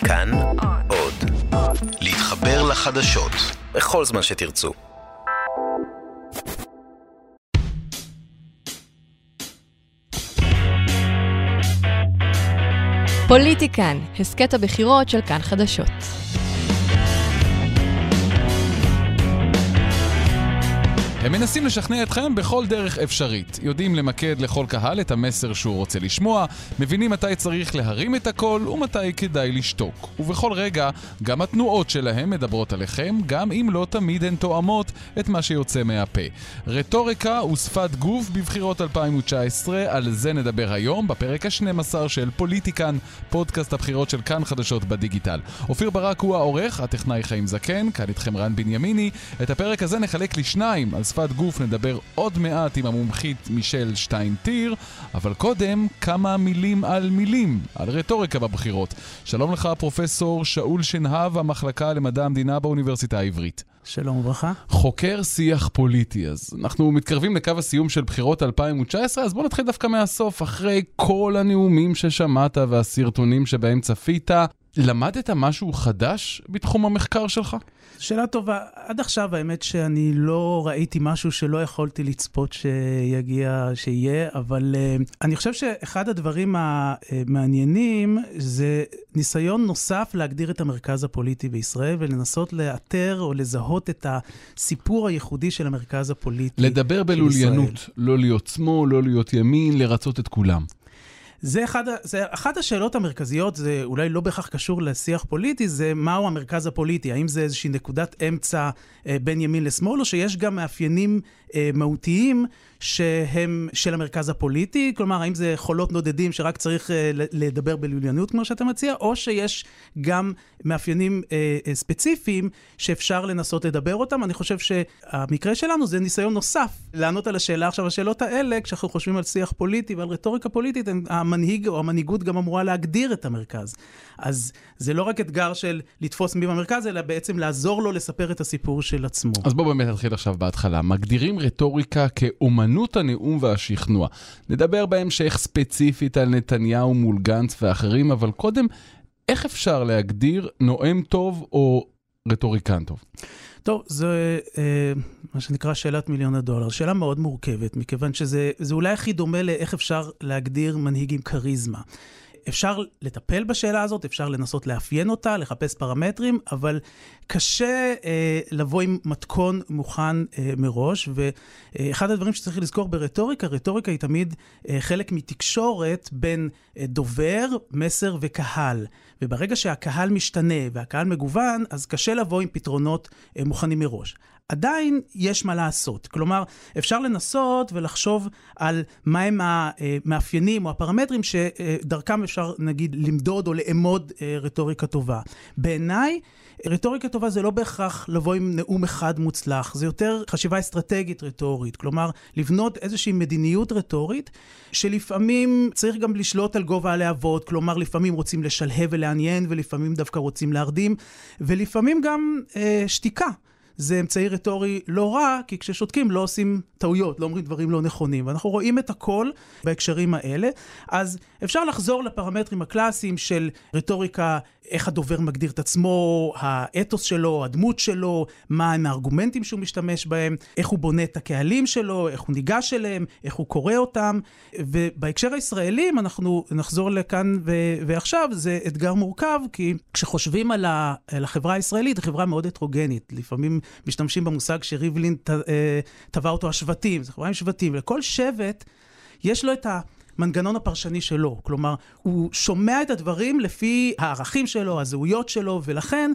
כאן עוד. להתחבר לחדשות בכל זמן שתרצו. פוליטיקן, הסקט הבחירות של כאן חדשות. הם מנסים לשכנע אתכם בכל דרך אפשרית. יודעים למקד לכל קהל את המסר שהוא רוצה לשמוע, מבינים מתי צריך להרים את הקול ומתי כדאי לשתוק. ובכל רגע, גם התנועות שלהם מדברות עליכם, גם אם לא תמיד הן תואמות את מה שיוצא מהפה. רטוריקה ושפת גוף בבחירות 2019, על זה נדבר היום בפרק ה-12 של פוליטיקן, פודקאסט הבחירות של כאן חדשות בדיגיטל. אופיר ברק הוא העורך, הטכנאי חיים זקן, כאן איתכם רן בנימיני. את הפרק הזה נחלק לשניים. על שפת גוף נדבר עוד מעט עם המומחית מישל שטיין-טיר, אבל קודם כמה מילים על מילים, על רטוריקה בבחירות. שלום לך פרופסור שאול שנהב, המחלקה למדע המדינה באוניברסיטה העברית. שלום וברכה. חוקר שיח פוליטי, אז אנחנו מתקרבים לקו הסיום של בחירות 2019, אז בוא נתחיל דווקא מהסוף, אחרי כל הנאומים ששמעת והסרטונים שבהם צפית, למדת משהו חדש בתחום המחקר שלך? שאלה טובה. עד עכשיו האמת שאני לא ראיתי משהו שלא יכולתי לצפות שיהיה, אבל אני חושב שאחד הדברים המעניינים זה ניסיון נוסף להגדיר את המרכז הפוליטי בישראל, ולנסות לאתר או לזהות את הסיפור הייחודי של המרכז הפוליטי. לדבר בלוליינות, לא להיות שמאל, לא להיות ימין, לרצות את כולם. זה אחת השאלות המרכזיות, זה אולי לא בהכרח קשור לשיח פוליטי, זה מהו המרכז הפוליטי, האם זה איזושהי נקודת אמצע בין ימין לשמאל, או שיש גם מאפיינים מהותיים שהם של המרכז הפוליטי, כלומר, האם זה חולות נודדים שרק צריך לדבר בלוליינות כמו שאתה מציע, או שיש גם מאפיינים ספציפיים שאפשר לנסות לדבר אותם. אני חושב שהמקרה שלנו זה ניסיון נוסף לענות על השאלה עכשיו, השאלות האלה, כשאנחנו חושבים על שיח פוליטי ועל רטוריקה פוליטית, המנהיג או המנהיגות גם אמורה להגדיר את המרכז. אז זה לא רק אתגר של לתפוס מי במרכז, אלא בעצם לעזור לו לספר את הסיפור של עצמו. אז בואו באמת נתחיל עכשיו בהתחלה. מגדירים רטוריקה כאומנות הנאום והשכנוע. נדבר בהמשך ספציפית על נתניהו מול גנץ ואחרים, אבל קודם, איך אפשר להגדיר נואם טוב או רטוריקן טוב? טוב, זה מה שנקרא שאלת מיליון הדולר. שאלה מאוד מורכבת, מכיוון שזה אולי הכי דומה לאיך אפשר להגדיר מנהיג עם קריזמה. אפשר לטפל בשאלה הזאת, אפשר לנסות לאפיין אותה, לחפש פרמטרים, אבל קשה לבוא עם מתכון מוכן מראש, ואחד הדברים שצריך לזכור ברטוריקה, רטוריקה היא תמיד חלק מתקשורת בין דובר, מסר וקהל. וברגע שהקהל משתנה והקהל מגוון, אז קשה לבוא עם פתרונות מוכנים מראש. עדיין יש מה לעשות. כלומר, אפשר לנסות ולחשוב על מהם המאפיינים או הפרמטרים שדרכם אפשר, נגיד, למדוד או לאמוד רטוריקה טובה. בעיניי, רטוריקה טובה זה לא בהכרח לבוא עם נאום אחד מוצלח, זה יותר חשיבה אסטרטגית רטורית, כלומר לבנות איזושהי מדיניות רטורית שלפעמים צריך גם לשלוט על גובה הלהבות, כלומר לפעמים רוצים לשלהב ולעניין ולפעמים דווקא רוצים להרדים, ולפעמים גם שתיקה. זה אמצעי רטורי לא רע, כי כששותקים לא עושים טעויות, לא אומרים דברים לא נכונים, ואנחנו רואים את הכל בהקשרים האלה. אז אפשר לחזור לפרמטרים הקלאסיים של רטוריקה, איך הדובר מגדיר את עצמו, האתוס שלו, הדמות שלו, מה הם הארגומנטים שהוא משתמש בהם, איך הוא בונה את הקהלים שלו, איך הוא ניגש אליהם, איך הוא קורא אותם. ובהקשר הישראלי, אם אנחנו נחזור לכאן ועכשיו, זה אתגר מורכב, כי כשחושבים על החברה הישראלית, היא חברה מאוד הטרוגנית. לפעמים משתמשים במושג שריבלין טבע אותו השבטים, זה חברה עם שבטים, ולכל שבט יש לו את המנגנון הפרשני שלו, כלומר, הוא שומע את הדברים לפי הערכים שלו, הזהויות שלו, ולכן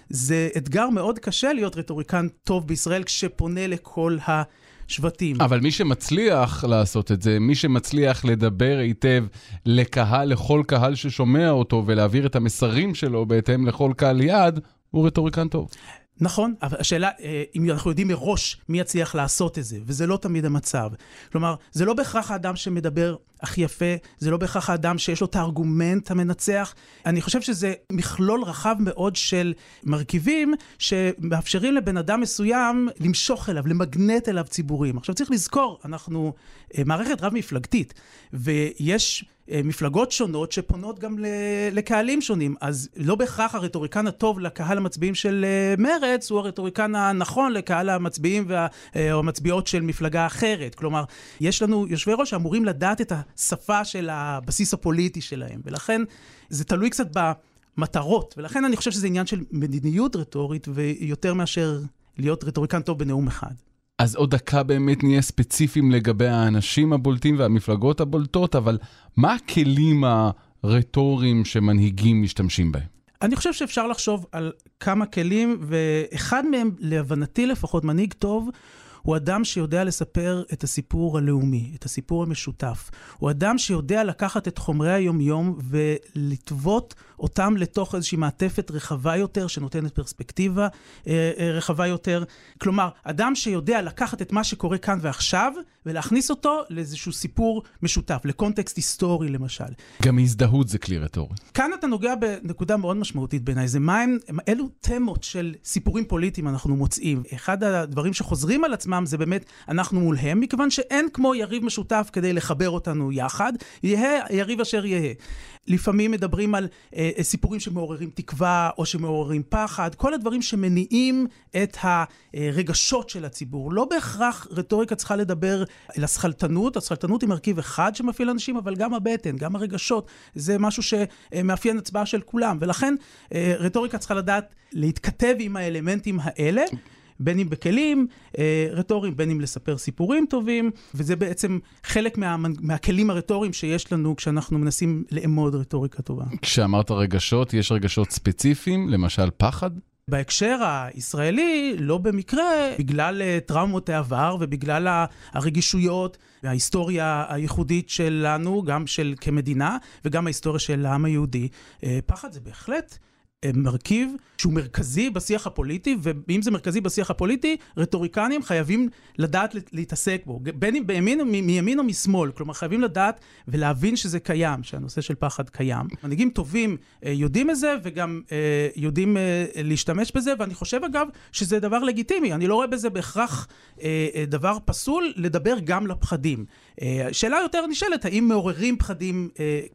זה אתגר מאוד קשה להיות רטוריקן טוב בישראל, כשפונה לכל השבטים. אבל מי שמצליח לעשות את זה, מי שמצליח לדבר היטב לקהל, לכל קהל ששומע אותו, ולהעביר את המסרים שלו בהתאם לכל קהל יעד, הוא רטוריקן טוב. נכון, אבל השאלה, אם אנחנו יודעים מראש מי יצליח לעשות את זה, וזה לא תמיד המצב. כלומר, זה לא בהכרח האדם שמדבר הכי יפה, זה לא בהכרח האדם שיש לו את הארגומנט המנצח. אני חושב שזה מכלול רחב מאוד של מרכיבים שמאפשרים לבן אדם מסוים למשוך אליו, למגנט אליו ציבורים. עכשיו צריך לזכור, אנחנו מערכת רב מפלגתית, ויש מפלגות שונות שפונות גם לקהלים שונים. אז לא בהכרח הרטוריקן הטוב לקהל המצביעים של מרץ, הוא הרטוריקן הנכון לקהל המצביעים או המצביעות של מפלגה אחרת. כלומר, יש לנו יושבי ראש שאמורים לדעת את השפה של הבסיס הפוליטי שלהם, ולכן זה תלוי קצת במטרות, ולכן אני חושב שזה עניין של מדיניות רטורית, ויותר מאשר להיות רטוריקן טוב בנאום אחד. אז עוד דקה באמת נהיה ספציפיים לגבי האנשים הבולטים והמפלגות הבולטות, אבל מה הכלים הרטוריים שמנהיגים משתמשים בהם? אני חושב שאפשר לחשוב על כמה כלים, ואחד מהם, להבנתי לפחות, מנהיג טוב, הוא אדם שיודע לספר את הסיפור הלאומי, את הסיפור המשותף. הוא אדם שיודע לקחת את חומרי היומיום ולטוות אותם לתוך איזושהי מעטפת רחבה יותר, שנותנת פרספקטיבה רחבה יותר. כלומר, אדם שיודע לקחת את מה שקורה כאן ועכשיו, ולהכניס אותו לאיזשהו סיפור משותף, לקונטקסט היסטורי למשל. גם הזדהות זה כלי רטורי. כאן אתה נוגע בנקודה מאוד משמעותית בעיניי, זה אילו תמות של סיפורים פוליטיים אנחנו מוצאים. אחד הדברים שחוזרים על עצמם זה באמת אנחנו מולהם, מכיוון שאין כמו יריב משותף כדי לחבר אותנו יחד, יהיה יריב אשר יהיה. לפעמים מדברים על סיפורים שמעוררים תקווה או שמעוררים פחד, כל הדברים שמניעים את הרגשות של הציבור. לא בהכרח רטוריקה צריכה לדבר על הסחלטנות, הסחלטנות היא מרכיב אחד שמפעיל אנשים, אבל גם הבטן, גם הרגשות, זה משהו שמאפיין הצבעה של כולם, ולכן רטוריקה צריכה לדעת להתכתב עם האלמנטים האלה, בין אם בכלים רטוריים, בין אם לספר סיפורים טובים, וזה בעצם חלק מהכלים הרטוריים שיש לנו כשאנחנו מנסים לאמוד רטוריקה טובה. כשאמרת רגשות, יש רגשות ספציפיים, למשל פחד? בהקשר הישראלי, לא במקרה, בגלל טראומות העבר ובגלל הרגישויות וההיסטוריה הייחודית שלנו, גם של כמדינה וגם ההיסטוריה של העם היהודי, פחד זה בהחלט מרכיב שהוא מרכזי בשיח הפוליטי, ואם זה מרכזי בשיח הפוליטי, רטוריקנים חייבים לדעת להתעסק בו, בין אם מימין או משמאל, כלומר חייבים לדעת ולהבין שזה קיים, שהנושא של פחד קיים. מנהיגים טובים יודעים את זה, וגם יודעים להשתמש בזה, ואני חושב אגב שזה דבר לגיטימי, אני לא רואה בזה בהכרח דבר פסול לדבר גם לפחדים. שאלה יותר נשאלת, האם מעוררים פחדים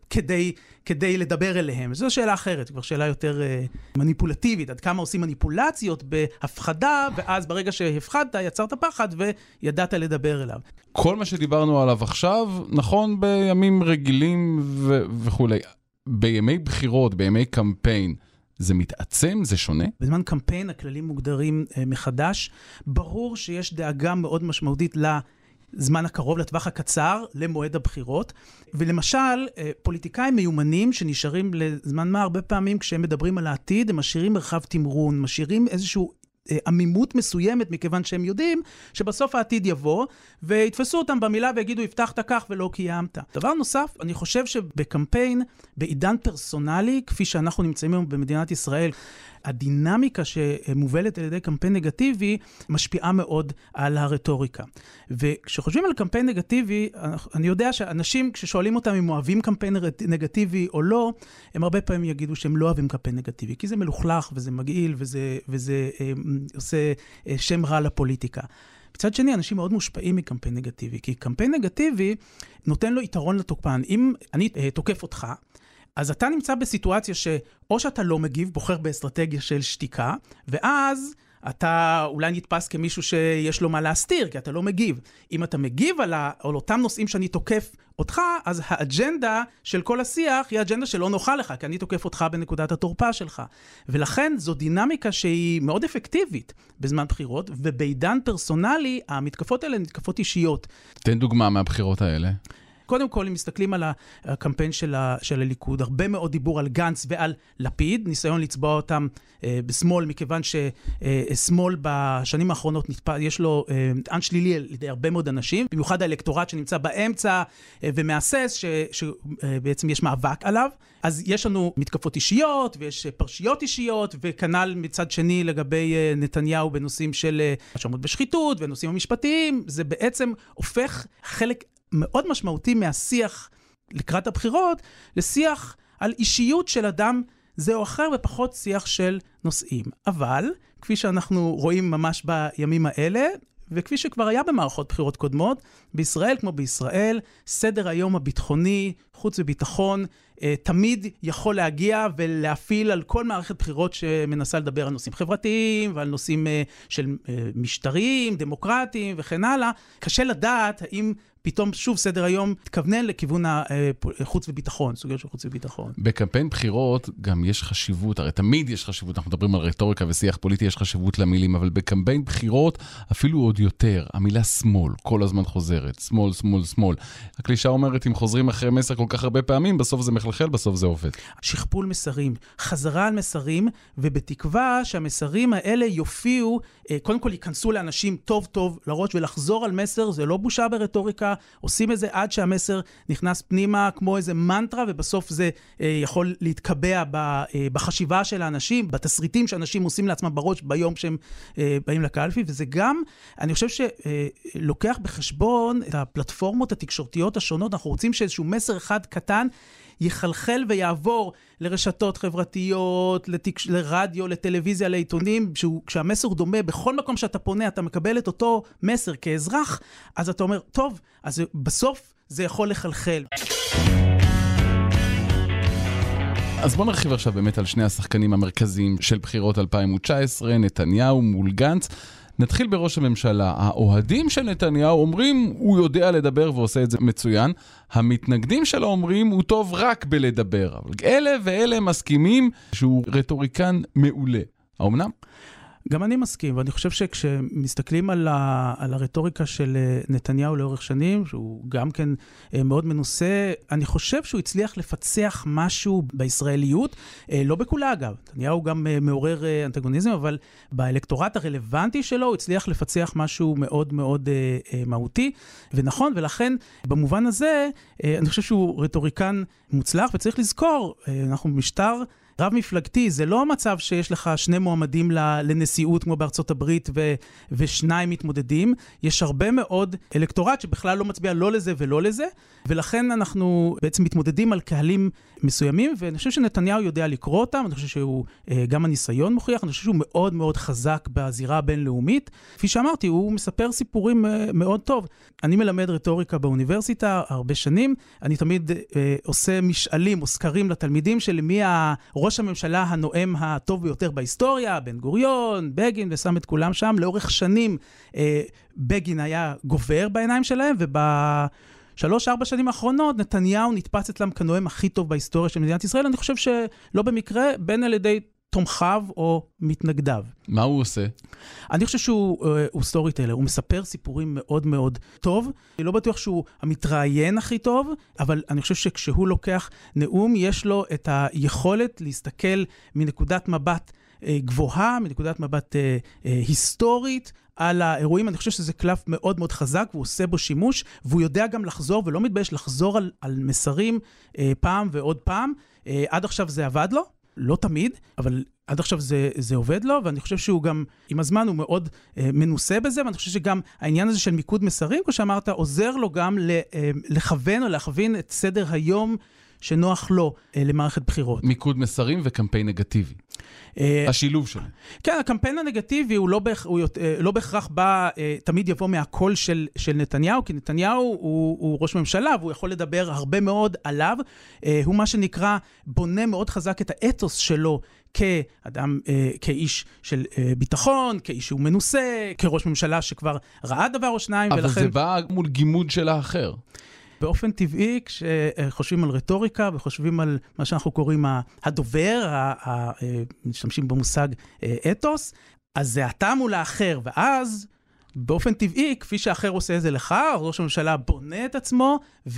כדי לדבר אליהם? זו שאלה אחרת, כבר שאלה יותר מניפולטיבית, עד כמה עושים מניפולציות בהפחדה, ואז ברגע שהפחדת יצרת פחד וידעת לדבר אליו. כל מה שדיברנו עליו עכשיו, נכון בימים רגילים וכו'. בימי בחירות, בימי קמפיין, זה מתעצם? זה שונה? בזמן קמפיין הכללים מוגדרים מחדש. ברור שיש דאגה מאוד משמעותית זמן הקרוב, לטווח הקצר, למועד הבחירות. ולמשל, פוליטיקאים מיומנים שנשארים לזמן מה, הרבה פעמים כשהם מדברים על העתיד, הם משאירים מרחב תמרון, משאירים איזשהו עמימות מסוימת, מכיוון שהם יודעים שבסוף העתיד יבוא, ויתפסו אותם במילה ויגידו, הבטחת כך ולא קיימת. דבר נוסף, אני חושב שבקמפיין, בעידן פרסונלי, כפי שאנחנו נמצאים היום במדינת ישראל, הדינמיקה שמובלת על ידי קמפיין נגטיבי משפיעה מאוד על הרטוריקה. וכשחושבים על קמפיין נגטיבי, אני יודע שאנשים כששואלים אותם אם אוהבים קמפיין נגטיבי או לא, הם הרבה פעמים יגידו שהם לא אוהבים קמפיין נגטיבי, כי זה מלוכלך וזה מגעיל וזה עושה שם רע לפוליטיקה. בצד שני, אנשים מאוד מושפעים מקמפיין נגטיבי, כי קמפיין נגטיבי נותן לו יתרון לתוקפן. אם אני תוקף אותך, אז אתה נמצא בסיטואציה שאו שאתה לא מגיב, בוחר באסטרטגיה של שתיקה, ואז אולי נתפס כמישהו שיש לו מה להסתיר, כי אתה לא מגיב. אם אתה מגיב על אותם נושאים שאני תוקף אותך, אז האג'נדה של כל השיח היא האג'נדה שלא נוחה לך, כי אני תוקף אותך בנקודת התורפה שלך. ולכן זו דינמיקה שהיא מאוד אפקטיבית בזמן בחירות, ובעידן פרסונלי, המתקפות האלה הן מתקפות אישיות. תן דוגמה מהבחירות האלה. קודם כל, אם מסתכלים על הקמפיין של הליכוד, הרבה מאוד דיבור על גנץ ועל לפיד, ניסיון לצבוע אותם בשמאל, מכיוון ששמאל בשנים האחרונות יש לו מטען שלילי על ידי הרבה מאוד אנשים, במיוחד האלקטורט שנמצא באמצע ומאסס, שבעצם יש מאבק עליו. אז יש לנו מתקפות אישיות, ויש פרשיות אישיות, וכנ"ל מצד שני לגבי נתניהו בנושאים של האשמות בשחיתות, ונושאים המשפטיים. זה בעצם הופך חלק מאוד משמעותי מהשיח לקראת הבחירות, לשיח על אישיות של אדם זה או אחר, ופחות שיח של נושאים. אבל, כפי שאנחנו רואים ממש בימים האלה, וכפי שכבר היה במערכות בחירות קודמות, בישראל כמו בישראל, סדר היום הביטחוני, חוץ וביטחון תמיד יכול להגיע ולהפעיל על כל מערכת בחירות שמנסה לדבר על נושאים חברתיים ועל נושאים של משטריים, דמוקרטיים וכן הלאה. קשה לדעת האם פתאום שוב סדר היום תכוונן לכיוון החוץ וביטחון, סוגיה של חוץ וביטחון. בקמפיין בחירות גם יש חשיבות, הרי תמיד יש חשיבות, אנחנו מדברים על רטוריקה ושיח פוליטי, יש חשיבות למילים, אבל בקמפיין בחירות אפילו עוד יותר, המילה שמאל כל הזמן חוזרת, שמאל, שמאל, שמאל. הקלישה אומרת, אם חוזרים אחרי מסר כל כך הרבה פעמים, בסוף זה מחלחל, בסוף זה עובד. שכפול מסרים, חזרה על מסרים, ובתקווה שהמסרים האלה יופיעו, קודם כל ייכנסו לאנשים טוב טוב לראש, ולחזור על מסר, זה לא בושה ברטוריקה, עושים את זה עד שהמסר נכנס פנימה כמו איזה מנטרה, ובסוף זה יכול להתקבע בחשיבה של האנשים, בתסריטים שאנשים עושים לעצמם בראש ביום שהם באים לקלפי, וזה גם, אני חושב שלוקח בחשבון את הפלטפורמות התקשורתיות השונות, אנחנו רוצים שאיזשהו מסר אחד קטן יחלחל ויעבור לרשתות חברתיות, לרדיו, לטלוויזיה, לעיתונים, כשהמסר דומה, בכל מקום שאתה פונה, אתה מקבל את אותו מסר כאזרח, אז אתה אומר, טוב, אז בסוף זה יכול לחלחל. אז בוא נרחיב עכשיו באמת על שני השחקנים המרכזיים של בחירות 2019, נתניהו מול גנץ. נתחיל בראש הממשלה. האוהדים של נתניהו אומרים, הוא יודע לדבר ועושה את זה מצוין. המתנגדים שלו אומרים, הוא טוב רק בלדבר. אבל אלה ואלה מסכימים שהוא רטוריקן מעולה. האומנם? גם אני מסכים, ואני חושב שכשמסתכלים על הרטוריקה של נתניהו לאורך שנים, שהוא גם כן מאוד מנוסה, אני חושב שהוא הצליח לפצח משהו בישראליות, לא בכולה אגב, נתניהו גם מעורר אנטגוניזם, אבל באלקטורט הרלוונטי שלו הוא הצליח לפצח משהו מאוד מאוד מהותי, ונכון, ולכן במובן הזה, אני חושב שהוא רטוריקן מוצלח, וצריך לזכור, אנחנו במשטר רב מפלגתי, זה לא המצב שיש לך שני מועמדים לנשיאות כמו בארצות הברית ושניים מתמודדים. יש הרבה מאוד אלקטורט שבכלל לא מצביע לא לזה ולא לזה, ולכן אנחנו בעצם מתמודדים על קהלים מסוימים, ואני חושב שנתניהו יודע לקרוא אותם, אני חושב שהוא גם הניסיון מוכיח, אני חושב שהוא מאוד מאוד חזק בזירה הבינלאומית. כפי שאמרתי, הוא מספר סיפורים מאוד טוב. אני מלמד רטוריקה באוניברסיטה הרבה שנים, אני תמיד עושה משאלים או סקרים לתלמידים של מי ראש הממשלה הנואם הטוב ביותר בהיסטוריה, בן גוריון, בגין, ושם את כולם שם. לאורך שנים בגין היה גובר בעיניים שלהם, וב3-4 שנים האחרונות נתניהו נתפס אצלם כנואם הכי טוב בהיסטוריה של מדינת ישראל. אני חושב שלא במקרה, בין על ידי תומכיו או מתנגדיו. מה הוא עושה? אני חושב שהוא סטורי טיילר, הוא מספר סיפורים מאוד מאוד טוב. אני לא בטוח שהוא המתראיין הכי טוב, אבל אני חושב שכשהוא לוקח נאום, יש לו את היכולת להסתכל מנקודת מבט גבוהה, מנקודת מבט היסטורית, על האירועים. אני חושב שזה קלף מאוד מאוד חזק, והוא עושה בו שימוש, והוא יודע גם לחזור, ולא מתבייש לחזור על מסרים פעם ועוד פעם. עד עכשיו זה עבד לו, לא תמיד, אבל עד עכשיו זה עובד לו, ואני חושב שהוא גם, עם הזמן הוא מאוד מנוסה בזה, ואני חושב שגם העניין הזה של מיקוד מסרים, כמו שאמרת, עוזר לו גם לכוון או להכווין את סדר היום שנוח לו למערכת בחירות. מיקוד מסרים וקמפיין נגטיבי. השילוב שלו. כן, הקמפיין הנגטיבי הוא לא בהכרח בא, תמיד יבוא מהקול של נתניהו, כי נתניהו הוא ראש ממשלה, והוא יכול לדבר הרבה מאוד עליו. הוא מה שנקרא, בונה מאוד חזק את האתוס שלו, כאדם, כאיש של ביטחון, כאיש שהוא מנוסה, כראש ממשלה שכבר ראה דבר או שניים, אבל זה בא מול גימוד של האחר. באופן טבעי, כשחושבים על רטוריקה וחושבים על מה שאנחנו קוראים הדובר, משתמשים במושג אתוס, אז זה אתה מול האחר, ואז באופן טבעי, כפי שהאחר עושה את זה לך, ראש הממשלה בונה את עצמו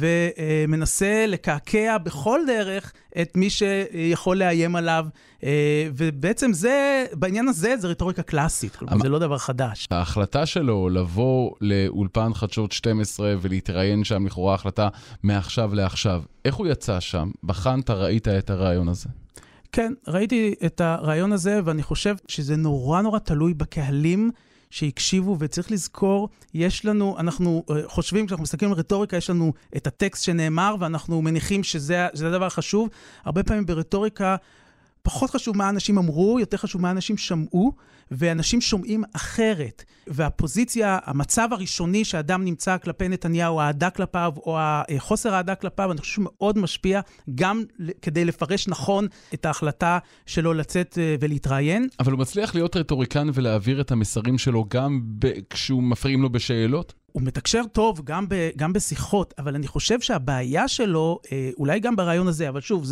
ומנסה לקעקע בכל דרך את מי שיכול לאיים עליו, ובעצם זה, בעניין הזה, זה רטוריקה קלאסית, זה לא דבר חדש. ההחלטה שלו לבוא לאולפן חדשות 12 ולהתראיין שם לכאורה החלטה מעכשיו לעכשיו, איך הוא יצא שם? בחנת, ראית את הרעיון הזה? כן, ראיתי את הרעיון הזה, ואני חושב שזה נורא נורא תלוי בקהלים שהקשיבו, וצריך לזכור, יש לנו, אנחנו חושבים, כשאנחנו מסתכלים על רטוריקה, יש לנו את הטקסט שנאמר, ואנחנו מניחים שזה הדבר החשוב. הרבה פעמים ברטוריקה, פחות חשוב מה אנשים אמרו, יותר חשוב מה אנשים שמעו, ואנשים שומעים אחרת. והפוזיציה, המצב הראשוני שאדם נמצא כלפי נתניהו, העדה כלפיו, או החוסר העדה כלפיו, אני חושב שמאוד משפיע, גם כדי לפרש נכון את ההחלטה שלו לצאת ולהתראיין. אבל הוא מצליח להיות רטוריקן ולהעביר את המסרים שלו גם כשהוא מפריעים לו בשאלות? הוא מתקשר טוב גם בשיחות, אבל אני חושב שהבעיה שלו, אולי גם ברעיון הזה, אבל שוב,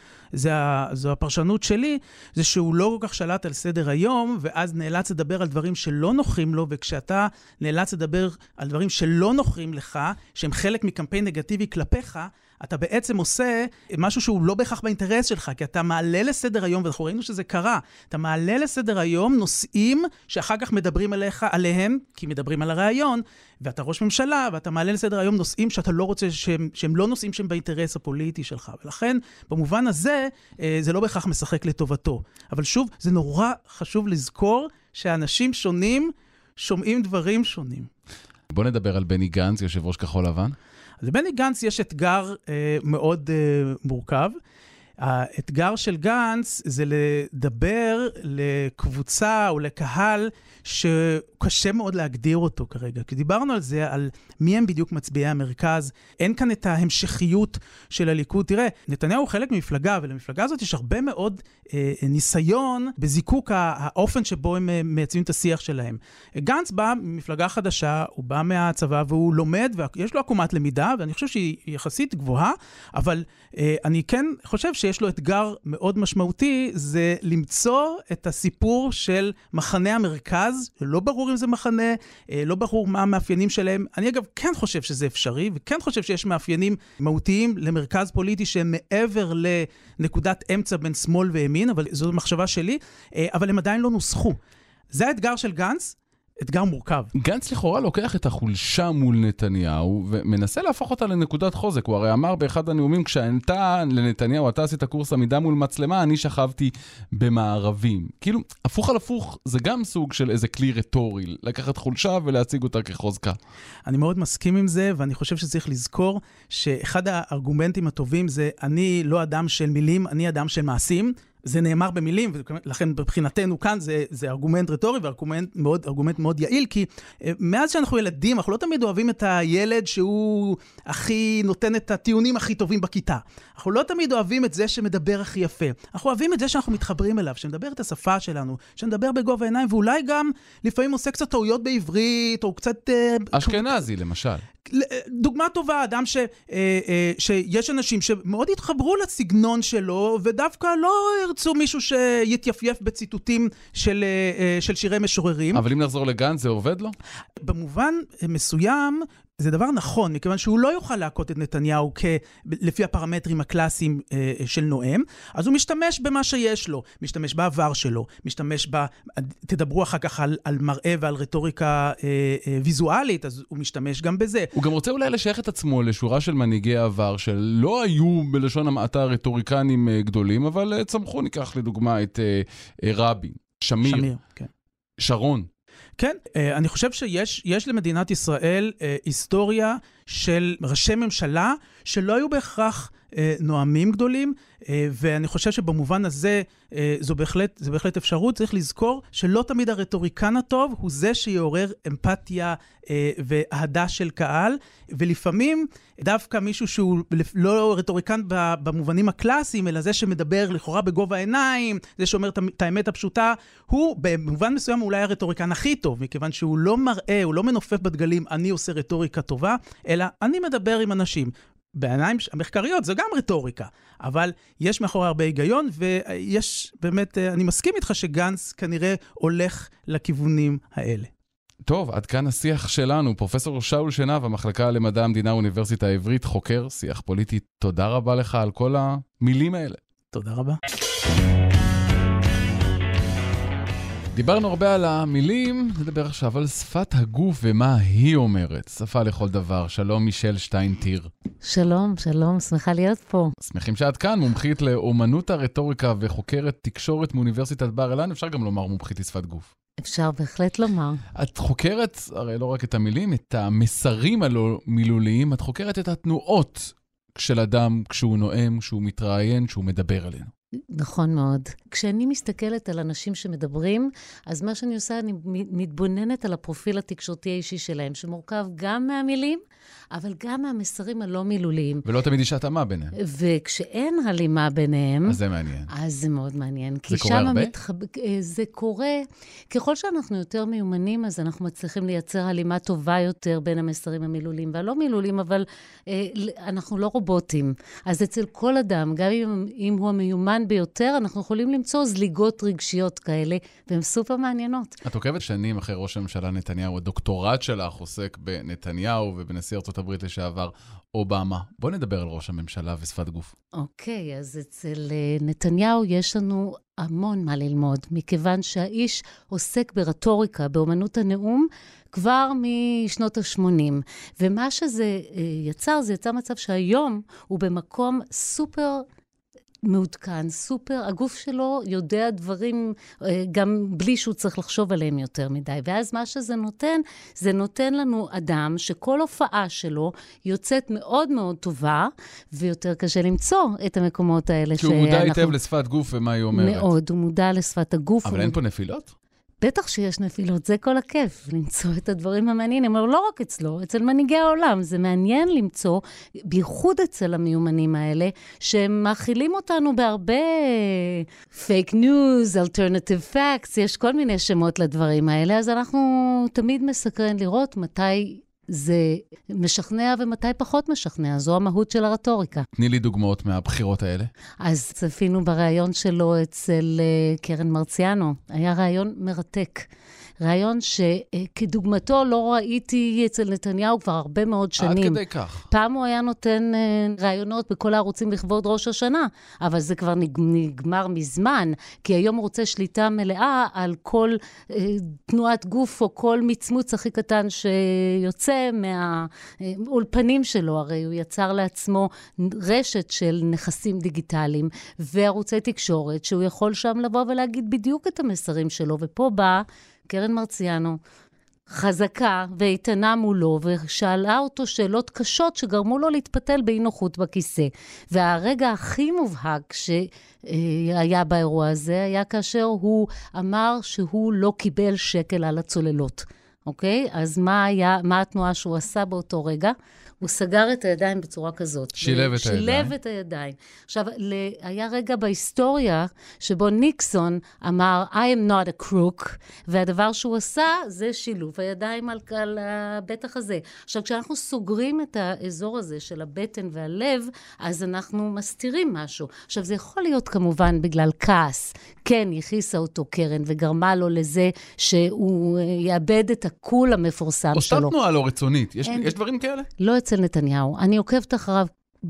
זו הפרשנות שלי, זה שהוא לא כל כך שלט על סדר היום, ואז נאלץ לדבר על דברים שלא נוחים לו, וכשאתה נאלץ לדבר על דברים שלא נוחים לך, שהם חלק מקמפיין נגטיבי כלפיך, אתה בעצם עושה משהו שהוא לא בהכרח באינטרס שלך, כי אתה מעלה לסדר היום, ואנחנו ראינו שזה קרה, אתה מעלה לסדר היום נושאים שאחר כך מדברים עליהם, כי מדברים על הרעיון, ואתה ראש ממשלה, ואתה מעלה לסדר היום נושאים שאתה לא רוצה, שהם לא נושאים שהם באינטרס הפוליטי שלך. ולכן, במובן הזה, זה לא בהכרח משחק לטובתו. אבל שוב, זה נורא חשוב לזכור שאנשים שונים שומעים דברים שונים. בוא נדבר על בני גנץ, יושב ראש כחול לבן. אז לבני גנץ יש אתגר מאוד מורכב. האתגר של גנץ זה לדבר לקבוצה או לקהל שקשה מאוד להגדיר אותו כרגע. כי דיברנו על זה, על מי הם בדיוק מצביעי המרכז. אין כאן את ההמשכיות של הליכוד. תראה, נתניהו הוא חלק ממפלגה, ולמפלגה הזאת יש הרבה מאוד ניסיון בזיקוק האופן שבו הם מייצבים את השיח שלהם. גנץ בא ממפלגה חדשה, הוא בא מהצבא והוא לומד, ויש לו עקומת למידה, ואני חושב שהיא יחסית גבוהה, אבל אני כן חושב שיש לו אתגר מאוד משמעותי, זה למצוא את הסיפור של מחנה המרכז, לא ברור אם זה מחנה, לא ברור מה המאפיינים שלהם. אני אגב כן חושב שזה אפשרי, וכן חושב שיש מאפיינים מהותיים למרכז פוליטי שהם מעבר לנקודת אמצע בין שמאל וימין, אבל זו מחשבה שלי, אבל הם עדיין לא נוסחו. זה האתגר של גנץ, אתגר מורכב. גנץ לכאורה לוקח את החולשה מול נתניהו, ומנסה להפוך אותה לנקודת חוזק. הוא הרי אמר באחד הנאומים, כשענתה לנתניהו, אתה עשית קורס עמידה מול מצלמה, אני שכבתי במערבים. כאילו, הפוך על הפוך, זה גם סוג של איזה כלי רטורי, לקחת חולשה ולהציג אותה כחוזקה. אני מאוד מסכים עם זה, ואני חושב שצריך לזכור שאחד הארגומנטים הטובים זה, אני לא אדם של מילים, אני אדם של מעשים. זה נאמר במילים, ולכן מבחינתנו כאן זה ארגומנט רטורי, וארגומנט מאוד יעיל, כי מאז שאנחנו ילדים, אנחנו לא תמיד אוהבים את הילד שהוא הכי נותן את הטיעונים הכי טובים בכיתה. אנחנו לא תמיד אוהבים את זה שמדבר הכי יפה. אנחנו אוהבים את זה שאנחנו מתחברים אליו, שמדבר את השפה שלנו, שמדבר בגובה העיניים, ואולי גם לפעמים עושה קצת טעויות בעברית, או קצת... אשכנזי, למשל. דוגמה טובה, אדם שיש אנשים שמאוד התחברו לסגנון שלו, ודווקא לא ירצו מישהו שיתייפייף בציטוטים של שירי משוררים. אבל אם נחזור לגנץ, זה עובד לו? במובן מסוים, זה דבר נכון, מכיוון שהוא לא יוכל להכות את נתניהו לפי הפרמטרים הקלאסיים של נואם, אז הוא משתמש במה שיש לו, משתמש בעבר שלו, תדברו אחר כך על מראה ועל רטוריקה ויזואלית, אז הוא משתמש גם בזה. הוא גם רוצה אולי לשייך את עצמו לשורה של מנהיגי העבר, שלא היו בלשון המעטה רטוריקנים גדולים, אבל צמחו, ניקח לדוגמה את רבין, שמיר, כן. שרון. כן, אני חושב שיש למדינת ישראל היסטוריה של ראשי ממשלה שלא היו בהכרח נואמים גדולים, ואני חושב שבמובן הזה זו בהחלט אפשרות. צריך לזכור שלא תמיד הרטוריקן הטוב הוא זה שיעורר אמפתיה ואהדה של קהל, ולפעמים דווקא מישהו שהוא לא רטוריקן במובנים הקלאסיים, אלא זה שמדבר לכאורה בגובה העיניים, זה שאומר את האמת הפשוטה, הוא במובן מסוים אולי הרטוריקן הכי טוב, מכיוון שהוא לא מראה, הוא לא מנופף בדגלים, אני עושה רטוריקה טובה, אלא אני מדבר עם אנשים. בעיניים המחקריות זה גם רטוריקה, אבל יש מאחורי הרבה היגיון, ויש באמת, אני מסכים איתך שגנץ כנראה הולך לכיוונים האלה. טוב, עד כאן השיח שלנו. פרופסור שאול שנב, המחלקה למדע המדינה האוניברסיטה העברית, חוקר שיח פוליטי. תודה רבה לך על כל המילים האלה. תודה רבה. דיברנו הרבה על המילים, נדבר עכשיו על שפת הגוף ומה היא אומרת. שפה לכל דבר. שלום מישל שטיינטיר. שלום, שמחה להיות פה. שמחים שאת כאן, מומחית לאומנות הרטוריקה וחוקרת תקשורת מאוניברסיטת בר אילן, אפשר גם לומר מומחית לשפת גוף. אפשר בהחלט לומר. את חוקרת, הרי לא רק את המילים, את המסרים הלא מילוליים, את חוקרת את התנועות של אדם כשהוא נואם, כשהוא מתראיין, כשהוא מדבר עלינו. נכון מאוד. כשאני מסתכלת על אנשים שמדברים, אז מה שאני עושה, אני מתבוננת על הפרופיל התקשורתי האישי שלהם, שמורכב גם מהמילים, אבל גם מהמסרים הלא מילוליים. ולא תמיד יש התאמה ביניהם. וכשאין הלימה ביניהם... אז זה מעניין. אז זה מאוד מעניין. זה קורה הרבה? זה קורה... ככל שאנחנו יותר מיומנים, אז אנחנו מצליחים לייצר הלימה טובה יותר בין המסרים המילוליים והלא מילוליים, אבל אנחנו לא רובוטים. אז אצל כל אדם, גם אם הוא המיומן ביותר, אנחנו יכולים למצוא זליגות רגשיות כאלה, והן סופר מעניינות. את עוקבת שנים אחרי ראש הממשלה נתניהו, הדוקטורט שלך עוסק בנתניהו ובנשיא ארצות הברית לשעבר אובמה. בוא נדבר על ראש הממשלה ושפת גוף. אוקיי, אז אצל נתניהו יש לנו המון מה ללמוד, מכיוון שהאיש עוסק ברטוריקה, באומנות הנאום, כבר משנות ה-80. ומה שזה יצר, זה יצר מצב שהיום הוא במקום סופר מעודכן, סופר, הגוף שלו יודע דברים גם בלי שהוא צריך לחשוב עליהם יותר מדי. ואז מה שזה נותן, זה נותן לנו אדם שכל הופעה שלו יוצאת מאוד מאוד טובה, ויותר קשה למצוא את המקומות האלה שהוא מודע היטב לשפת גוף ומה היא אומרת. מאוד, הוא מודע לשפת הגוף. אבל אין פה נפילות? בטח שיש נפילות, זה כל הכיף, למצוא את הדברים המעניינים, אבל לא רק אצלו, אצל מנהיגי העולם. זה מעניין למצוא, בייחוד אצל המיומנים האלה, שהם מאכילים אותנו בהרבה fake news, alternative facts, יש כל מיני שמות לדברים האלה, אז אנחנו תמיד מסקרן לראות מתי זה משכנע ומתי פחות משכנע. זו המהות של הרטוריקה. תני לי דוגמאות מהבחירות האלה. אז צפינו בראיון שלו אצל קרן מרציאנו. היה ראיון מרתק. ראיון שכדוגמתו לא ראיתי אצל נתניהו כבר הרבה מאוד שנים. עד כדי כך. פעם הוא היה נותן ראיונות בכל הערוצים לכבוד ראש השנה, אבל זה כבר נגמר מזמן, כי היום הוא רוצה שליטה מלאה על כל תנועת גוף או כל מצמוץ הכי קטן שיוצא מהאולפנים שלו. הרי הוא יצר לעצמו רשת של נכסים דיגיטליים וערוצי תקשורת, שהוא יכול שם לבוא ולהגיד בדיוק את המסרים שלו, ופה בא קרן מרציאנו, חזקה ואיתנה מולו, ושאלה אותו שאלות קשות שגרמו לו להתפתל באי נוחות בכיסא. והרגע הכי מובהק שהיה באירוע הזה, היה כאשר הוא אמר שהוא לא קיבל שקל על הצוללות. אוקיי? אז מה התנועה שהוא עשה באותו רגע? הוא סגר את הידיים בצורה כזאת. שילב את הידיים. עכשיו, היה רגע בהיסטוריה שבו ניקסון אמר, I am not a crook, והדבר שהוא עשה זה שילוב הידיים על הבטח הזה. עכשיו, כשאנחנו סוגרים את האזור הזה של הבטן והלב, אז אנחנו מסתירים משהו. עכשיו, זה יכול להיות כמובן בגלל כעס. כן, הכיסה אותו קרן וגרמה לו לזה שהוא יאבד את הקול המפורסם שלו. או תנועה לא רצונית. יש דברים כאלה? לא אצל נתניהו. אני עוקבת אחריו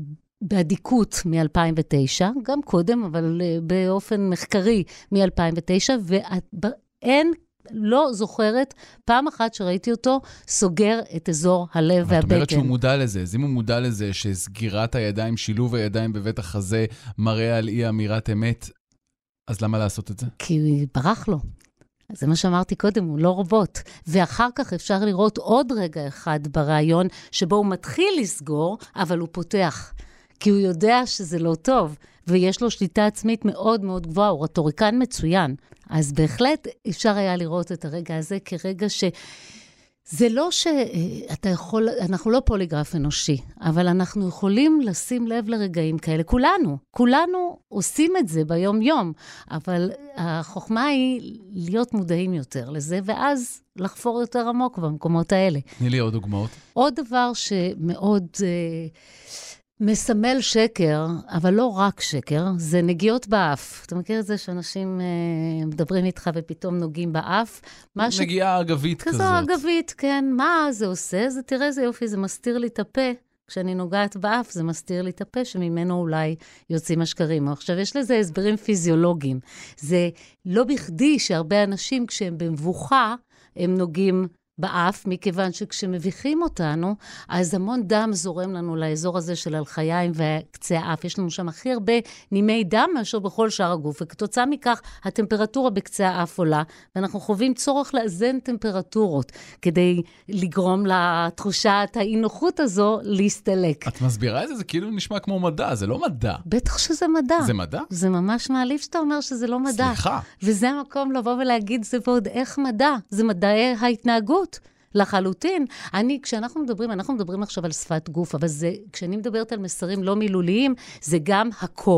בעדיקות מ-2009, גם קודם, אבל באופן מחקרי מ-2009, ואין, לא זוכרת, פעם אחת שראיתי אותו, סוגר את אזור הלב והבטן. זאת אומרת שהוא מודע לזה. אז אם הוא מודע לזה שסגירת הידיים, שילוב הידיים בבית החזה, מראה על אי אמירת אמת, אז למה לעשות את זה? כי הוא ברח לו. זה מה שאמרתי קודם, הוא לא רובוט. ואחר כך אפשר לראות עוד רגע אחד ברעיון, שבו הוא מתחיל לסגור, אבל הוא פותח. כי הוא יודע שזה לא טוב, ויש לו שליטה עצמית מאוד מאוד גבוהה, הוא רטוריקן מצוין. אז בהחלט אפשר היה לראות את הרגע הזה כרגע זה לא שאתה יכול, אנחנו לא פוליגרף אנושי, אבל אנחנו יכולים לשים לב לרגעים כאלה. כולנו עושים את זה ביום יום, אבל החוכמה היא להיות מודעים יותר לזה, ואז לחפור יותר עמוק במקומות האלה. תני לי עוד דוגמאות. עוד דבר שמאוד מסמל שקר, אבל לא רק שקר, זה נגיעות באף. אתה מכיר את זה שאנשים מדברים איתך ופתאום נוגעים באף? נגיעה אגבית כזאת. כזו אגבית, כן. מה זה עושה? זה תראה איזה יופי, זה מסתיר לי את הפה. כשאני נוגעת באף, זה מסתיר לי את הפה, שממנו אולי יוצאים השקרים. עכשיו, יש לזה הסברים פיזיולוגיים. זה לא בכדי שהרבה אנשים, כשהם במבוכה, הם נוגעים באף, מכיוון שכשמביכים אותנו, אז המון דם זורם לנו לאזור הזה של הלחיים וקצה האף. יש לנו שם הכי הרבה נימי דם מאשר בכל שאר הגוף, וכתוצאה מכך הטמפרטורה בקצה האף עולה, ואנחנו חווים צורך לאזן טמפרטורות, כדי לגרום לתחושת האי-נוחות הזו להסתלק. את מסבירה את זה? זה כאילו נשמע כמו מדע, זה לא מדע. בטח שזה מדע. זה מדע? זה ממש מעליב שאתה אומר שזה לא מדע. סליחה. וזה המקום לבוא ולהגיד, זה ועוד איך מדע. זה מדעי ההתנהגות. לחלוטין. כשאנחנו מדברים עכשיו על שפת גוף, אבל כשאני מדברת על מסרים לא מילוליים, זה גם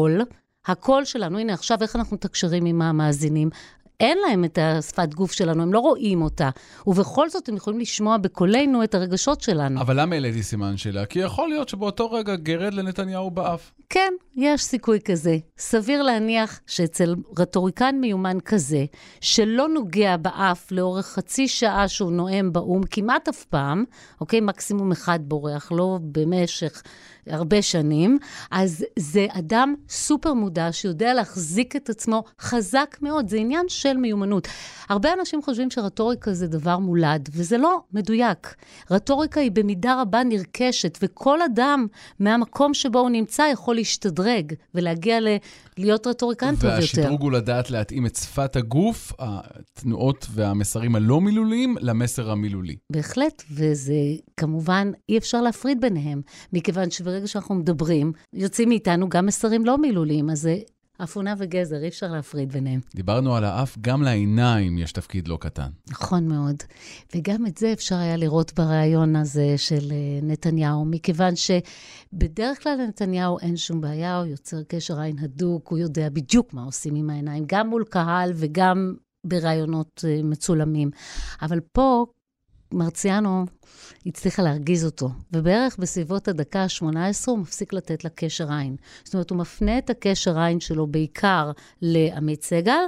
הקול שלנו. הנה, עכשיו איך אנחנו תקשרים עם המאזינים? אין להם את השפת גוף שלנו, הם לא רואים אותה. ובכל זאת הם יכולים לשמוע בקולנו את הרגשות שלנו. אבל למה העליתי סימן שאלה? כי יכול להיות שבאותו רגע גרד לנתניהו באף. כן, יש סיכוי כזה. סביר להניח שאצל רטוריקן מיומן כזה, שלא נוגע באף לאורך חצי שעה שהוא נואם באום, כמעט אף פעם, אוקיי, מקסימום אחד בורח, לא במשך הרבה שנים, אז זה אדם סופר מודע שיודע להחזיק את עצמו חזק מאוד, זה עניין של מיומנות. הרבה אנשים חושבים שרטוריקה זה דבר מולד, וזה לא מדויק. רטוריקה היא במידה רבה נרכשת, וכל אדם מהמקום שבו הוא נמצא יכול להשתדרג, ולהגיע להיות רטוריקן טוב יותר. והשדרוג הוא לדעת להתאים את שפת הגוף, התנועות והמסרים הלא מילוליים, למסר המילולי. בהחלט, וזה כמובן אי אפשר להפריד ביניהם, מכיוון שברגע שאנחנו מדברים, יוצאים מאיתנו גם מסרים לא מילוליים, אז זה אפונה וגזר, אי אפשר להפריד ביניהם. דיברנו על האף, גם לעיניים יש תפקיד לא קטן. נכון מאוד. וגם את זה אפשר היה לראות ברעיון הזה של נתניהו, מכיוון שבדרך כלל לנתניהו אין שום בעיה, הוא יוצר קשר עין הדוק, הוא יודע בדיוק מה עושים עם העיניים, גם מול קהל וגם ברעיונות מצולמים. אבל פה מרציאנו הצליחה להרגיז אותו, ובערך בסביבות הדקה ה-18 הוא מפסיק לתת לה קשר עין. זאת אומרת, הוא מפנה את הקשר עין שלו בעיקר לעמית סגל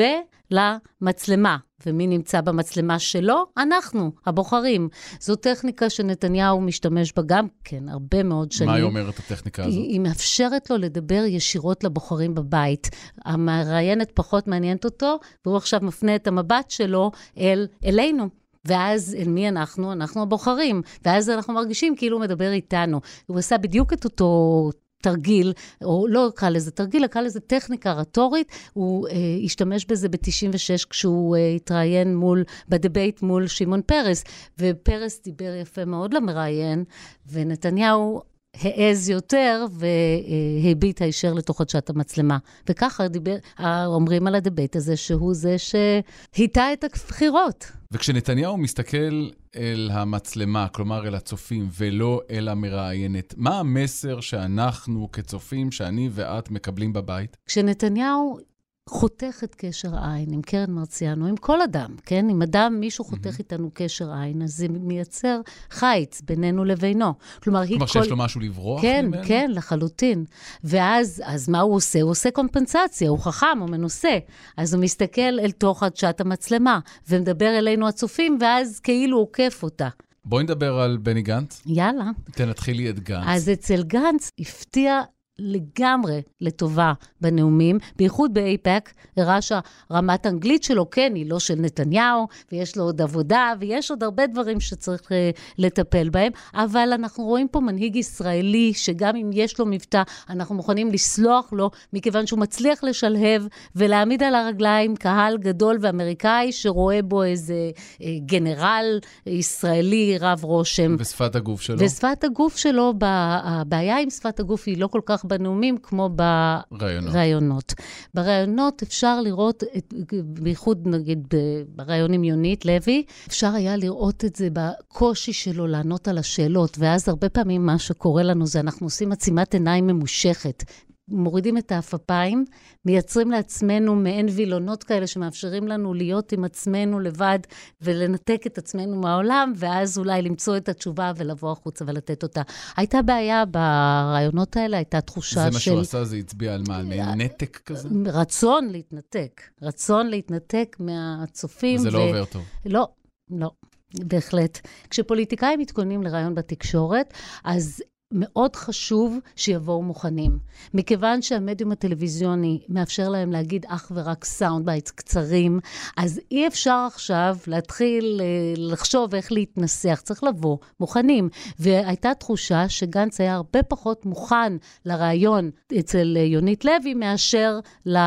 ולמצלמה. ומי נמצא במצלמה שלו? אנחנו, הבוחרים. זו טכניקה שנתניהו משתמש בה גם כן, הרבה מאוד שנים. מה היא אומרת הטכניקה הזאת? היא מאפשרת לו לדבר ישירות לבוחרים בבית. המראיינת פחות מעניינת אותו, והוא עכשיו מפנה את המבט שלו אלינו. ואז אל מי אנחנו? אנחנו הבוחרים. ואז אנחנו מרגישים כאילו הוא מדבר איתנו. הוא עשה בדיוק את אותו תרגיל, או לא קרא לזה תרגיל, קרא לזה טכניקה רטורית. הוא השתמש בזה ב-96 כשהוא התראיין בדבייט מול שמעון פרס. ופרס דיבר יפה מאוד למראיין, ונתניהו העז יותר והביט הישר לתוך חדשת המצלמה. וככה אומרים על הדבייט הזה שהוא זה שהיטה את הבחירות. וכשנתניהו מסתכל אל המצלמה, כלומר אל הצופים, ולא אל המראיינת, מה המסר שאנחנו כצופים, שאני ואת מקבלים בבית? כשנתניהו חותך את קשר עין עם קרן מרציאנו, עם כל אדם, כן? עם אדם, מישהו חותך איתנו קשר עין, אז זה מייצר חיץ בינינו לבינו. כלומר, שיש לו משהו לברוח ממנו? כן, כן, לחלוטין. ואז מה הוא עושה? הוא עושה קומפנסציה, הוא חכם, הוא מנוסה. אז הוא מסתכל אל תוך חדשת המצלמה, ומדבר אלינו הצופים, ואז כאילו עוקף אותה. בואי נדבר על בני גנץ. יאללה. תנתחילי את גנץ. אז אצל גנץ הפתיע לגמרי לטובה בנאומים, בייחוד באיפק, הראה שהרמת האנגלית שלו, כן, היא לא של נתניהו, ויש לו עוד עבודה, ויש עוד הרבה דברים שצריך לטפל בהם, אבל אנחנו רואים פה מנהיג ישראלי, שגם אם יש לו מבטא, אנחנו מוכנים לסלוח לו, מכיוון שהוא מצליח לשלהב, ולהעמיד על הרגליים קהל גדול ואמריקאי, שרואה בו איזה גנרל ישראלי רב רושם. ושפת הגוף שלו? ושפת הגוף שלו, הבעיה עם שפת הגוף היא לא כל כך בנאומים כמו ברעיונות. ברעיונות אפשר לראות, בייחוד נגיד ברעיונים יונית לוי, אפשר היה לראות את זה בקושי שלו לענות על השאלות, ואז הרבה פעמים מה שקורה לנו זה אנחנו עושים עצימת עיניים ממושכת, מורידים את האפפיים, מייצרים לעצמנו מעין וילונות כאלה שמאפשרים לנו להיות עם עצמנו לבד ולנתק את עצמנו מהעולם, ואז אולי למצוא את התשובה ולבוא החוצה ולתת אותה. הייתה בעיה ברעיונות האלה, הייתה תחושה של... זה מה שהוא עשה, זה הצביע על מה? על נתק כזה? רצון להתנתק מהצופים. זה לא עובר טוב. לא, בהחלט. כשפוליטיקאים מתכוננים לרעיון בתקשורת, אז מאוד חשוב שיבואו מוכנים. מכיוון שהמדיום הטלוויזיוני מאפשר להם להגיד אך ורק סאונד בייטס קצרים, אז אי אפשר עכשיו להתחיל לחשוב איך להתנסח, צריך לבוא מוכנים. והייתה תחושה שגנץ היה הרבה פחות מוכן לרעיון אצל יונית לוי מאשר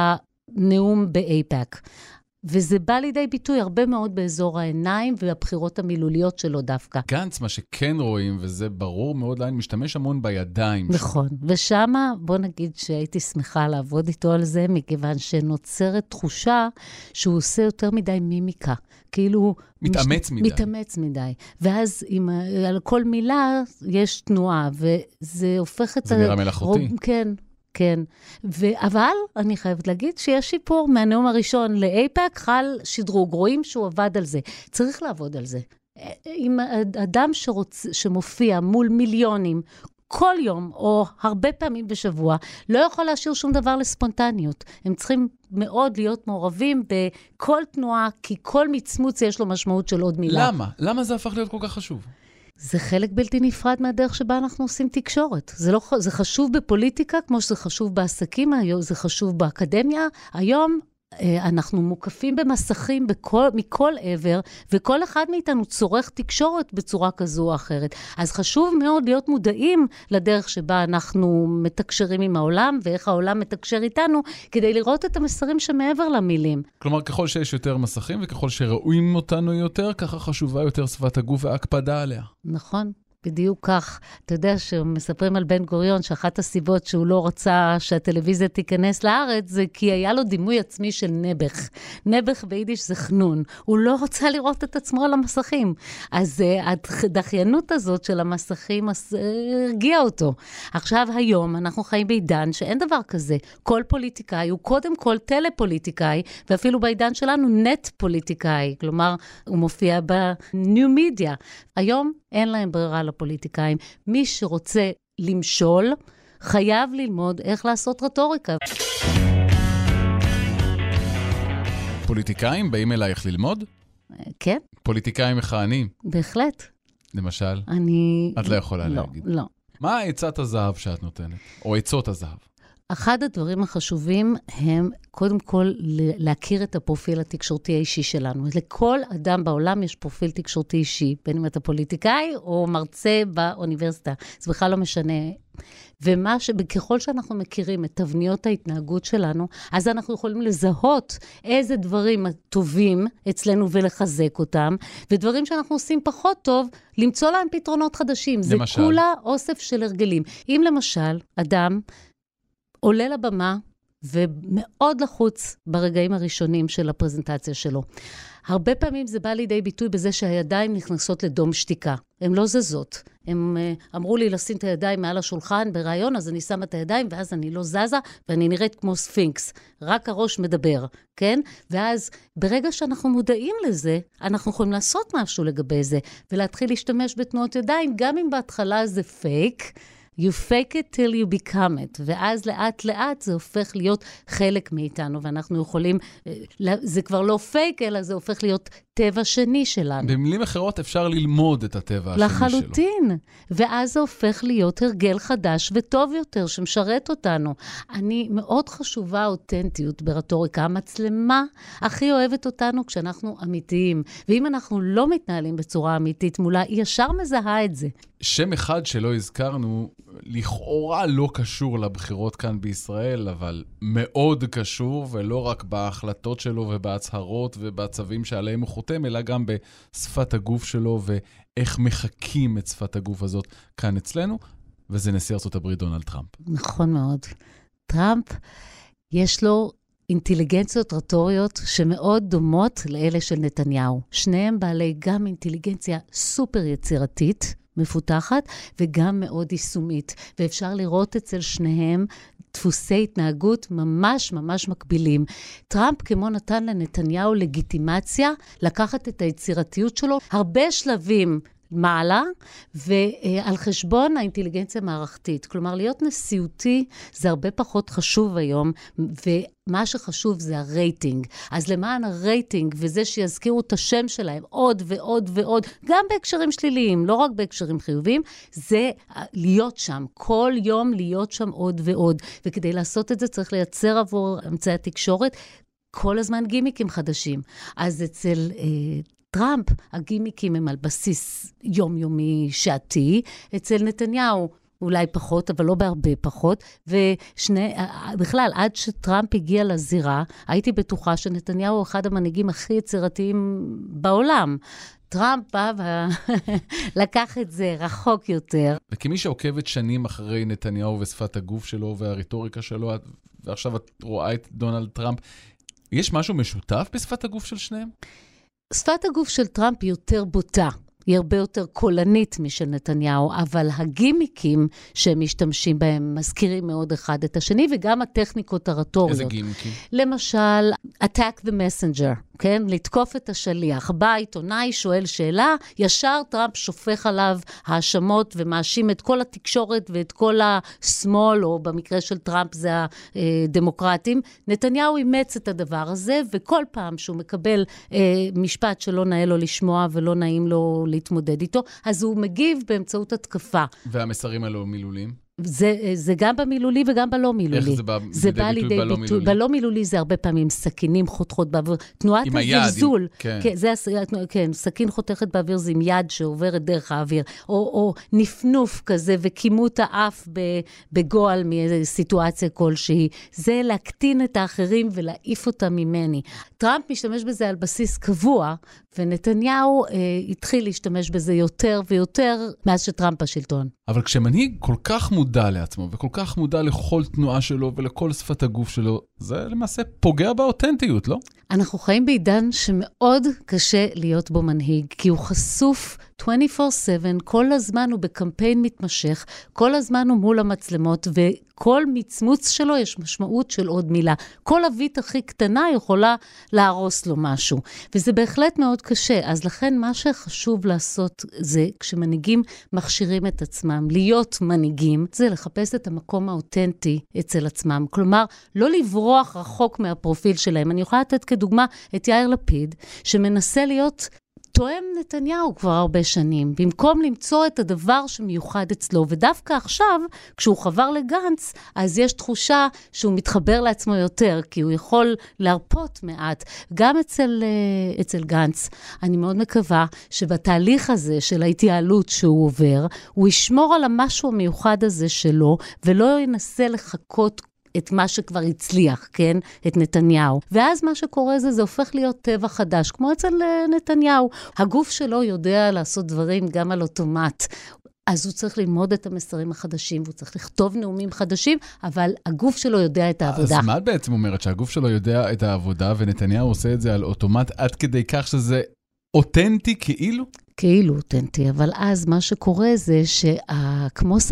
לנאום באיפאק. וזה בא לידי ביטוי הרבה מאוד באזור העיניים והבחירות המילוליות שלו דווקא. גנץ, מה שכן רואים, וזה ברור מאוד לעין, משתמש המון בידיים. נכון, ושמה בוא נגיד שהייתי שמחה לעבוד איתו על זה, מכיוון שנוצרת תחושה שהוא עושה יותר מדי מימיקה. כאילו... מתאמץ מדי. מתאמץ מדי. ואז על כל מילה יש תנועה, וזה הופך את... זה נראה מלאכותי. כן. כן, אבל אני חייבת להגיד שיש שיפור מהנאום הראשון לאיפאק, חל שדרוג, רואים שהוא עבד על זה. צריך לעבוד על זה. אם אדם שמופיע מול מיליונים כל יום או הרבה פעמים בשבוע, לא יכול להשאיר שום דבר לספונטניות. הם צריכים מאוד להיות מעורבים בכל תנועה, כי כל מצמוץ יש לו משמעות של עוד מילה. למה? למה זה הפך להיות כל כך חשוב? זה חלק בלתי נפרד מהדרך שבה אנחנו עושים תקשורת. זה חשוב בפוליטיקה, כמו שזה חשוב בעסקים, זה חשוב באקדמיה. היום אנחנו מוקפים במסכים מכל עבר, וכל אחד מאיתנו צורך תקשורת בצורה כזו או אחרת. אז חשוב מאוד להיות מודעים לדרך שבה אנחנו מתקשרים עם העולם, ואיך העולם מתקשר איתנו, כדי לראות את המסרים שמעבר למילים. כלומר, ככל שיש יותר מסכים, וככל שרואים אותנו יותר, ככה חשובה יותר שפת הגוף וההקפדה עליה. נכון. בדיוק כך. אתה יודע שמספרים על בן גוריון שאחת הסיבות שהוא לא רצה שהטלוויזיה תיכנס לארץ, זה כי היה לו דימוי עצמי של נבח. נבח ביידיש זה חנון. הוא לא רוצה לראות את עצמו על המסכים. אז הדחיינות הזאת של המסכים הרגיעה אותו. עכשיו היום אנחנו חיים בעידן שאין דבר כזה. כל פוליטיקאי הוא קודם כל טלפוליטיקאי, ואפילו בעידן שלנו נט פוליטיקאי. כלומר, הוא מופיע בניו מדיה. היום אין להם ברירה לפוליטיקאים. מי שרוצה למשול, חייב ללמוד איך לעשות רטוריקה. פוליטיקאים באים אלייך ללמוד? כן. פוליטיקאים מכהנים? בהחלט. למשל? את לא יכולה להגיד. לא. מה עצת הזהב שאת נותנת? או עצות הזהב? אחד הדברים החשובים הם קודם כל להכיר את הפרופיל התקשורתי האישי שלנו. לכל אדם בעולם יש פרופיל תקשורתי אישי, בין אם אתה פוליטיקאי או מרצה באוניברסיטה. זה בכלל לא משנה. וככל שאנחנו מכירים את תבניות ההתנהגות שלנו, אז אנחנו יכולים לזהות איזה דברים טובים אצלנו ולחזק אותם, ודברים שאנחנו עושים פחות טוב, למצוא להם פתרונות חדשים. למשל? זה כולה אוסף של הרגלים. אם למשל, אדם עולה לבמה ומאוד לחוץ ברגעים הראשונים של הפרזנטציה שלו. הרבה פעמים זה בא לידי ביטוי בזה שהידיים נכנסות לדום שתיקה. הן לא זזות. הם אמרו לי לשים את הידיים מעל השולחן ברעיון, אז אני שמה את הידיים ואז אני לא זזה ואני נראית כמו ספינקס. רק הראש מדבר, כן? ואז ברגע שאנחנו מודעים לזה, אנחנו יכולים לעשות משהו לגבי זה ולהתחיל להשתמש בתנועות ידיים, גם אם בהתחלה זה פייק, You fake it till you become it, ואז לאט לאט זה הופך להיות חלק מאיתנו, ואנחנו יכולים, זה כבר לא פייק, אלא זה הופך להיות טבע שני שלנו. במילים אחרות אפשר ללמוד את הטבע השני שלו. לחלוטין, ואז זה הופך להיות הרגל חדש וטוב יותר, שמשרת אותנו. אני מאוד חשובה אותנטיות ברטוריקה, המצלמה הכי אוהבת אותנו כשאנחנו אמיתיים, ואם אנחנו לא מתנהלים בצורה אמיתית מולה, היא ישר מזהה את זה. שם אחד שלא הזכרנו, לכאורה לא קשור לבחירות כאן בישראל, אבל מאוד קשור, ולא רק בהחלטות שלו ובהצהרות ובצווים שעליהם הוא חותם, אלא גם בשפת הגוף שלו ואיך מחקים את שפת הגוף הזאת כאן אצלנו, וזה נשיא ארצות הברית דונלד טראמפ. נכון מאוד. טראמפ יש לו אינטליגנציות רטוריות שמאוד דומות לאלה של נתניהו. שניהם בעלי גם אינטליגנציה סופר יצירתית, מפותחת, וגם מאוד יישומית. ואפשר לראות אצל שניהם דפוסי התנהגות ממש ממש מקבילים. טראמפ כמו נתן לנתניהו לגיטימציה, לקחת את היצירתיות שלו, הרבה שלבים מעלה, ועל חשבון האינטליגנציה המערכתית. כלומר, להיות נשיאותי זה הרבה פחות חשוב היום, ומה שחשוב זה הרייטינג. אז למען הרייטינג, וזה שיזכירו את השם שלהם עוד ועוד ועוד, גם בהקשרים שליליים, לא רק בהקשרים חיוביים, זה להיות שם, כל יום להיות שם עוד ועוד. וכדי לעשות את זה צריך לייצר עבור אמצעי התקשורת, כל הזמן גימיקים חדשים. אז אצל טראמפ, הגימיקים הם על בסיס יומיומי שעתי, אצל נתניהו אולי פחות, אבל לא בהרבה פחות, בכלל, עד שטראמפ הגיע לזירה, הייתי בטוחה שנתניהו הוא אחד המנהיגים הכי יצירתיים בעולם. טראמפ בא ולקח את זה רחוק יותר. וכמי שעוקבת שנים אחרי נתניהו ושפת הגוף שלו והרטוריקה שלו, ועכשיו את רואה את דונלד טראמפ, יש משהו משותף בשפת הגוף של שניהם? שפת הגוף של טראמפ היא יותר בוטה. היא הרבה יותר קולנית משל נתניהו, אבל הגימיקים שהם משתמשים בהם מזכירים מאוד אחד את השני, וגם הטכניקות הרטוריות. איזה גימיקים? למשל, attack the messenger, כן? לתקוף את השליח. בא עיתונאי, שואל שאלה, ישר טראמפ שופך עליו האשמות ומאשים את כל התקשורת ואת כל השמאל, או במקרה של טראמפ זה הדמוקרטים. נתניהו אימץ את הדבר הזה, וכל פעם שהוא מקבל משפט שלא נאה לו לשמוע ולא נעים לו להתמודד איתו, אז הוא מגיב באמצעות התקפה. והמסרים האלו מילוליים? זה גם במילולי וגם בלא מילולי. איך זה בא לידי ביטוי בלא מילולי? בלא מילולי זה הרבה פעמים סכינים חותכות באוויר. תנועת הזלזול. כן, סכין חותכת באוויר זה עם יד שעוברת דרך האוויר. או נפנוף כזה וקימות האף בגועל מאיזו סיטואציה כלשהי. זה להקטין את האחרים ולהעיף אותם ממני. טראמפ משתמש בזה על בסיס קבוע, ונתניהו התחיל להשתמש בזה יותר ויותר מאז שטראמפ בשלטון. אבל כשמנהיג כל כך מודע לעצמו, וכל כך מודע לכל תנועה שלו ולכל שפת הגוף שלו, זה למעשה פוגע באותנטיות, לא? אנחנו חיים בעידן שמאוד קשה להיות בו מנהיג, כי הוא חשוף 24/7, כל הזמן הוא בקמפיין מתמשך, כל הזמן הוא מול המצלמות, וכל מצמוץ שלו יש משמעות של עוד מילה. כל אבית הכי קטנה יכולה להרוס לו משהו, וזה בהחלט מאוד קשה. אז לכן מה שחשוב לעשות זה, כשמנהיגים מכשירים את עצמם, להיות מנהיגים, זה לחפש את המקום האותנטי אצל עצמם. כלומר, לא לברוח רחוק מהפרופיל שלהם. אני יכולה לתת כדוגמה את יאיר לפיד, שמנסה להיות תואם נתניהו כבר הרבה שנים, במקום למצוא את הדבר שמיוחד אצלו, ודווקא עכשיו, כשהוא חבר לגנץ, אז יש תחושה שהוא מתחבר לעצמו יותר, כי הוא יכול להרפות מעט. גם אצל גנץ, אני מאוד מקווה שבתהליך הזה של ההתייעלות שהוא עובר, הוא ישמור על המשהו המיוחד הזה שלו, ולא ינסה לחכות את מה שכבר הצליח, כן? את נתניהו. ואז מה שקורה זה הופך להיות טבע חדש, כמו אצל נתניהו. הגוף שלו יודע לעשות דברים גם על אוטומט. אז הוא צריך ללמוד את המסרים החדשים, והוא צריך לכתוב נאומים חדשים, אבל הגוף שלו יודע את העבודה. אז מה את בעצם אומרת? שהגוף שלו יודע את העבודה, ונתניהו עושה את זה על אוטומט, עד כדי כך שזה אותנטי כאילו? כאילו אותנטי, אבל אז מה שקורה זה שכמו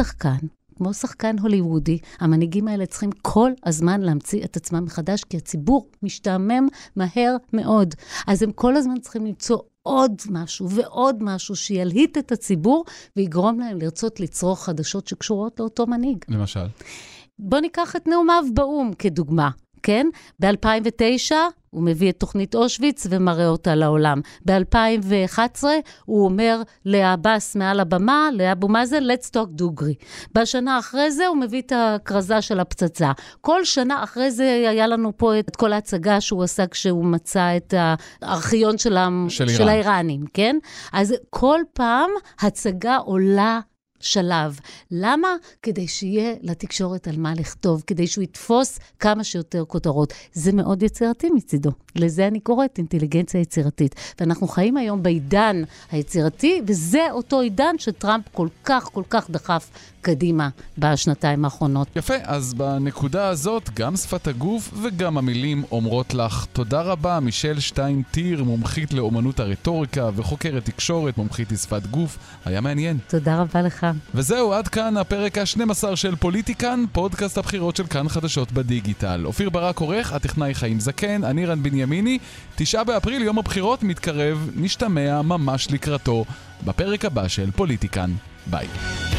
שחקן הוליוודי, המנהיגים האלה צריכים כל הזמן להמציא את עצמם מחדש, כי הציבור משתעמם מהר מאוד. אז הם כל הזמן צריכים למצוא עוד משהו ועוד משהו שילהיט את הציבור, ויגרום להם לרצות לצרוך חדשות שקשורות לאותו מנהיג. למשל? בוא ניקח את נאומיו באום כדוגמה. כן? ב-2009 הוא מביא את תוכנית אושוויץ ומראה אותה לעולם. ב-2011 הוא אומר לעבאס מעל הבמה, לאבו מאזן, let's talk דוגרי. בשנה אחרי זה הוא מביא את הכרזה של הפצצה. כל שנה אחרי זה היה לנו פה את כל ההצגה שהוא עשה כשהוא מצא את הארכיון של האיראנים, כן? אז כל פעם הצגה עולה שלב. למה? כדי שיהיה לתקשורת על מה לכתוב, כדי שהוא יתפוס כמה שיותר כותרות. זה מאוד יצירתי מצידו. לזה אני קוראת אינטליגנציה יצירתית. ואנחנו חיים היום בעידן היצירתי, וזה אותו עידן שטראמפ כל כך דחף קדימה בשנתיים האחרונות. יפה, אז בנקודה הזאת גם שפת הגוף וגם המילים אומרות לך תודה רבה, מישל שטיין-טיר, מומחית לאומנות הרטוריקה וחוקרת תקשורת, מומחית לשפת גוף. היה מעניין. תודה רבה לך. וזהו, עד כאן הפרק ה-12 של פוליטיקן, פודקאסט הבחירות של כאן חדשות בדיגיטל. אופיר ברק עורך, הטכנאי חיים זקן, אני רן בנימיני. 9 באפריל, יום הבחירות מתקרב, נשתמע ממש לקראתו בפרק הבא של פוליטיקן. ביי.